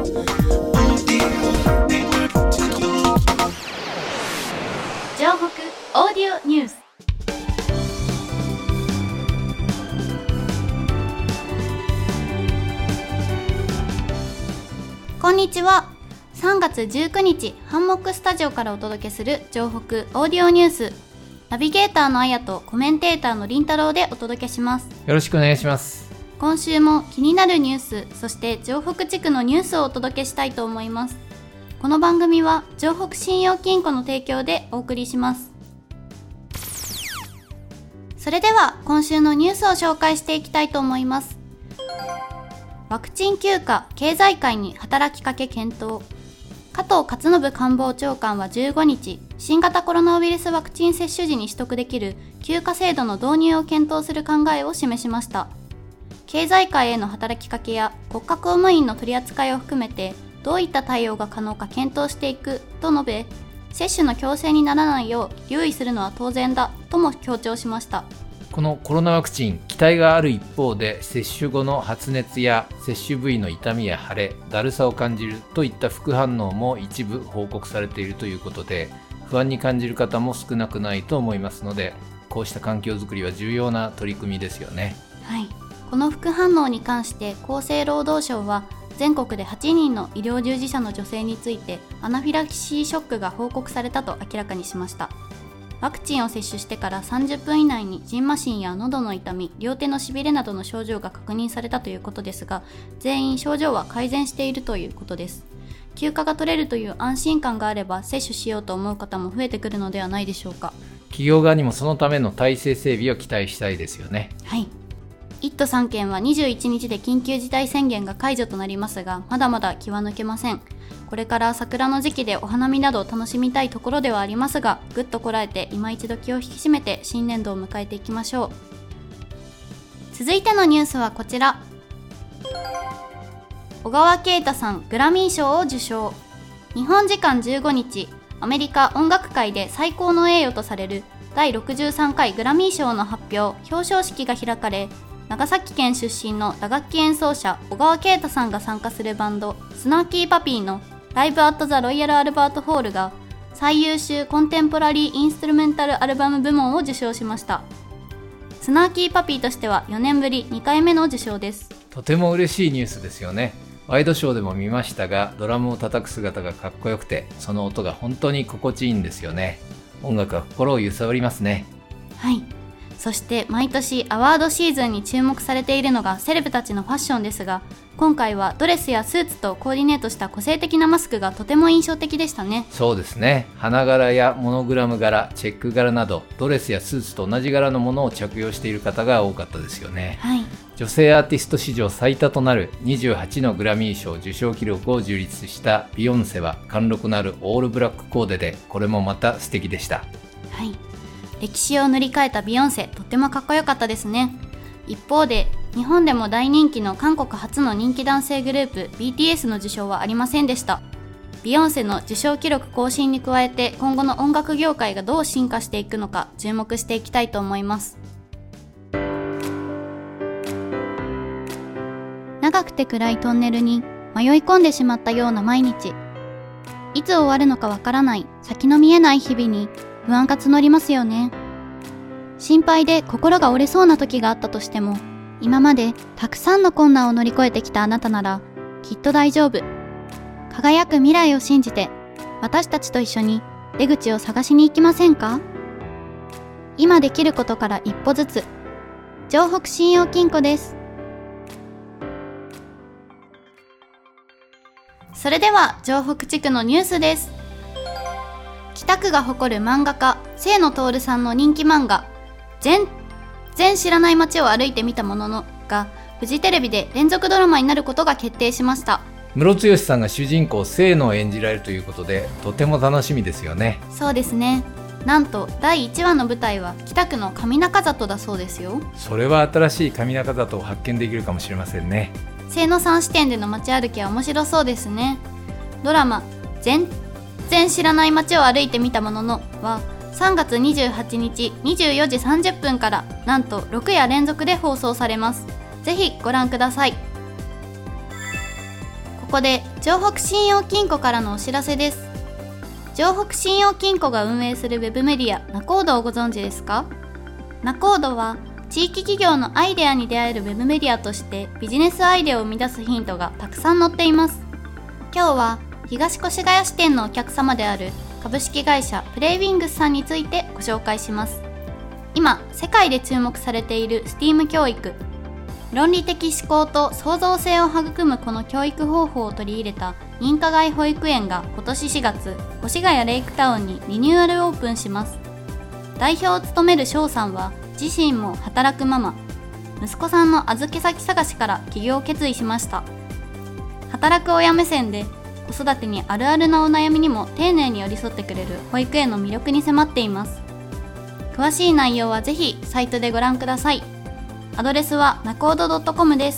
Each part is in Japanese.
城北オーディオニュース。こんにちは。3月19日、ハンモックスタジオからお届けする城北オーディオニュース。ナビゲーターのあやとコメンテーターのりんたろうでお届けします。 よろしくお願いします。 今週も気になるニュース、そして城北地区のニュースをお届けしたいと思います。この番組は城北信用金庫の提供でお送りします。それでは今週のニュースを紹介していきたいと思います。ワクチン休暇、経済界に働きかけ検討。加藤勝信官房長官は15日、新型コロナウイルスワクチン接種時に取得できる休暇制度の導入を検討する考えを示しました。経済界への働きかけや国家公務員の取り扱いを含めてどういった対応が可能か検討していくと述べ、接種の強制にならないよう留意するのは当然だとも強調しました。 このコロナワクチン、期待がある一方で、接種後の発熱や接種部位の痛みや腫れ、だるさを感じるといった副反応も一部報告されているということで、不安に感じる方も少なくないと思いますので、こうした環境づくりは重要な取り組みですよね。 はい、この副反応に関して厚生労働省は全国で8人の医療従事者の女性についてアナフィラキシーショックが報告されたと明らかにしました。ワクチンを接種してから30分以内にジンマシンや喉の痛み、両手のしびれなどの症状が確認されたということですが、全員症状は改善しているということです。休暇が取れるという安心感があれば接種しようと思う方も増えてくるのではないでしょうか。 企業側にもそのための体制整備を期待したいですよね。 はい。1都3県は21日で緊急事態宣言が解除となりますが、まだまだ気は抜けません。これから桜の時期でお花見などを楽しみたいところではありますが、ぐっとこらえて今一度気を引き締めて新年度を迎えていきましょう。続いてのニュースはこちら。小川慶太さんグラミー賞を受賞。日本時間15日、アメリカ音楽界で最高の栄誉とされる第63回グラミー賞の発表・表彰式が開かれ、長崎県出身の打楽器演奏者小川慶太さんが参加するバンドスナーキーパピーのライブアットザロイヤルアルバートホールが最優秀コンテンポラリーインストゥルメンタルアルバム部門を受賞しました。スナーキーパピーとしては4年ぶり2回目の受賞です。 とても嬉しいニュースですよね。ワイドショーでも見ましたが、ドラムを叩く姿がかっこよくて、その音が本当に心地いいんですよね。音楽は心を揺さぶりますね。 はい。そして毎年アワードシーズンに注目されているのがセレブたちのファッションですが、今回はドレスやスーツとコーディネートした個性的なマスクがとても印象的でしたね。 そうですね。花柄やモノグラム柄、チェック柄など、ドレスやスーツと同じ柄のものを着用している方が多かったですよね。 はい。 女性アーティスト史上最多となる28のグラミー賞受賞記録を樹立したビヨンセは、貫禄のあるオールブラックコーデで、これもまた素敵でした。 はい。歴史を塗り替えたビヨンセ、とってもかっこよかったですね。一方で日本でも大人気の韓国初の人気男性グループ BTS の受賞はありませんでした。ビヨンセの受賞記録更新に加えて、今後の音楽業界がどう進化していくのか注目していきたいと思います。長くて暗いトンネルに迷い込んでしまったような毎日。いつ終わるのかわからない、先の見えない日々に不安が募りますよね。心配で心が折れそうな時があったとしても、今までたくさんの困難を乗り越えてきたあなたならきっと大丈夫。輝く未来を信じて、私たちと一緒に出口を探しに行きませんか？今できることから一歩ずつ。城北信用金庫です。それでは城北地区のニュースです。北区が誇る漫画家清野徹さんの人気漫画全然知らない街を歩いてみたもののがフジテレビで連続ドラマになることが決定しました。 ムロツヨシさんが主人公清野を演じられるということで、とても楽しみですよね。 そうですね。なんと第1話の舞台は北区の上中里だそうですよ。 それは新しい上中里を発見できるかもしれませんね。 清野さん視点での街歩きは面白そうですね。ドラマ全然知らない街を歩いてみたもののは3月28日24時30分からなんと6夜連続で放送されます。ぜひご覧ください。ここで城北信用金庫からのお知らせです。城北信用金庫が運営するウェブメディアナコードをご存知ですか？ナコードは地域企業のアイデアに出会えるウェブメディアとしてビジネスアイデアを生み出すヒントがたくさん載っています。今日は東越谷支店のお客様である株式会社プレイウィングスさんについてご紹介します。今世界で注目されている STEAM 教育、論理的思考と創造性を育むこの教育方法を取り入れた認可外保育園が今年4月、越谷レイクタウンにリニューアルオープンします。代表を務める翔さんは自身も働くママ、息子さんの預け先探しから起業を決意しました。働く親目線で子育てにあるあるなお悩みにも丁寧に寄り添ってくれる保育園の魅力に迫っています。詳しい内容はぜひサイトでご覧ください。アドレスはナコード .com です。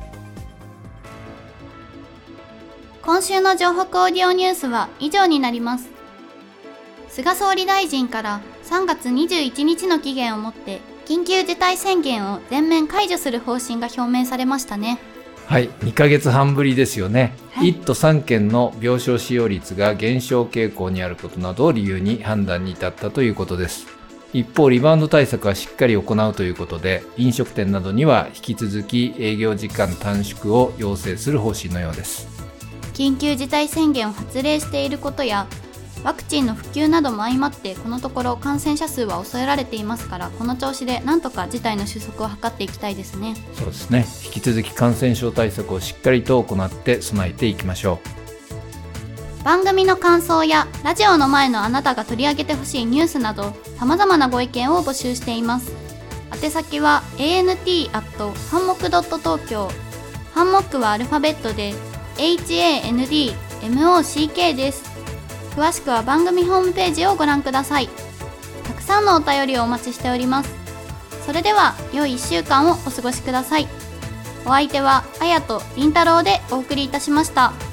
今週の城北オーディオニュースは以上になります。菅総理大臣から3月21日の期限をもって緊急事態宣言を全面解除する方針が表明されましたね。 はい、2ヶ月半ぶりですよね。 はい、 1都3県の病床使用率が減少傾向にあることなどを理由に判断に至ったということです。一方、リバウンド対策はしっかり行うということで、飲食店などには引き続き営業時間短縮を要請する方針のようです。 緊急事態宣言を発令していることやワクチンの普及なども相まってこのところ感染者数は抑えられていますから、この調子でなんとか事態の収束を図っていきたいですね。 そうですね。引き続き感染症対策をしっかりと行って備えていきましょう。 番組の感想やラジオの前のあなたが取り上げてほしいニュースなど様々なご意見を募集しています。宛先は ant@hanmok.tokyo、 ハンモックはアルファベットで HANDMOCK です。詳しくは番組ホームページをご覧ください。たくさんのお便りをお待ちしております。それでは良い1週間をお過ごしください。お相手はあやとりんたろうでお送りいたしました。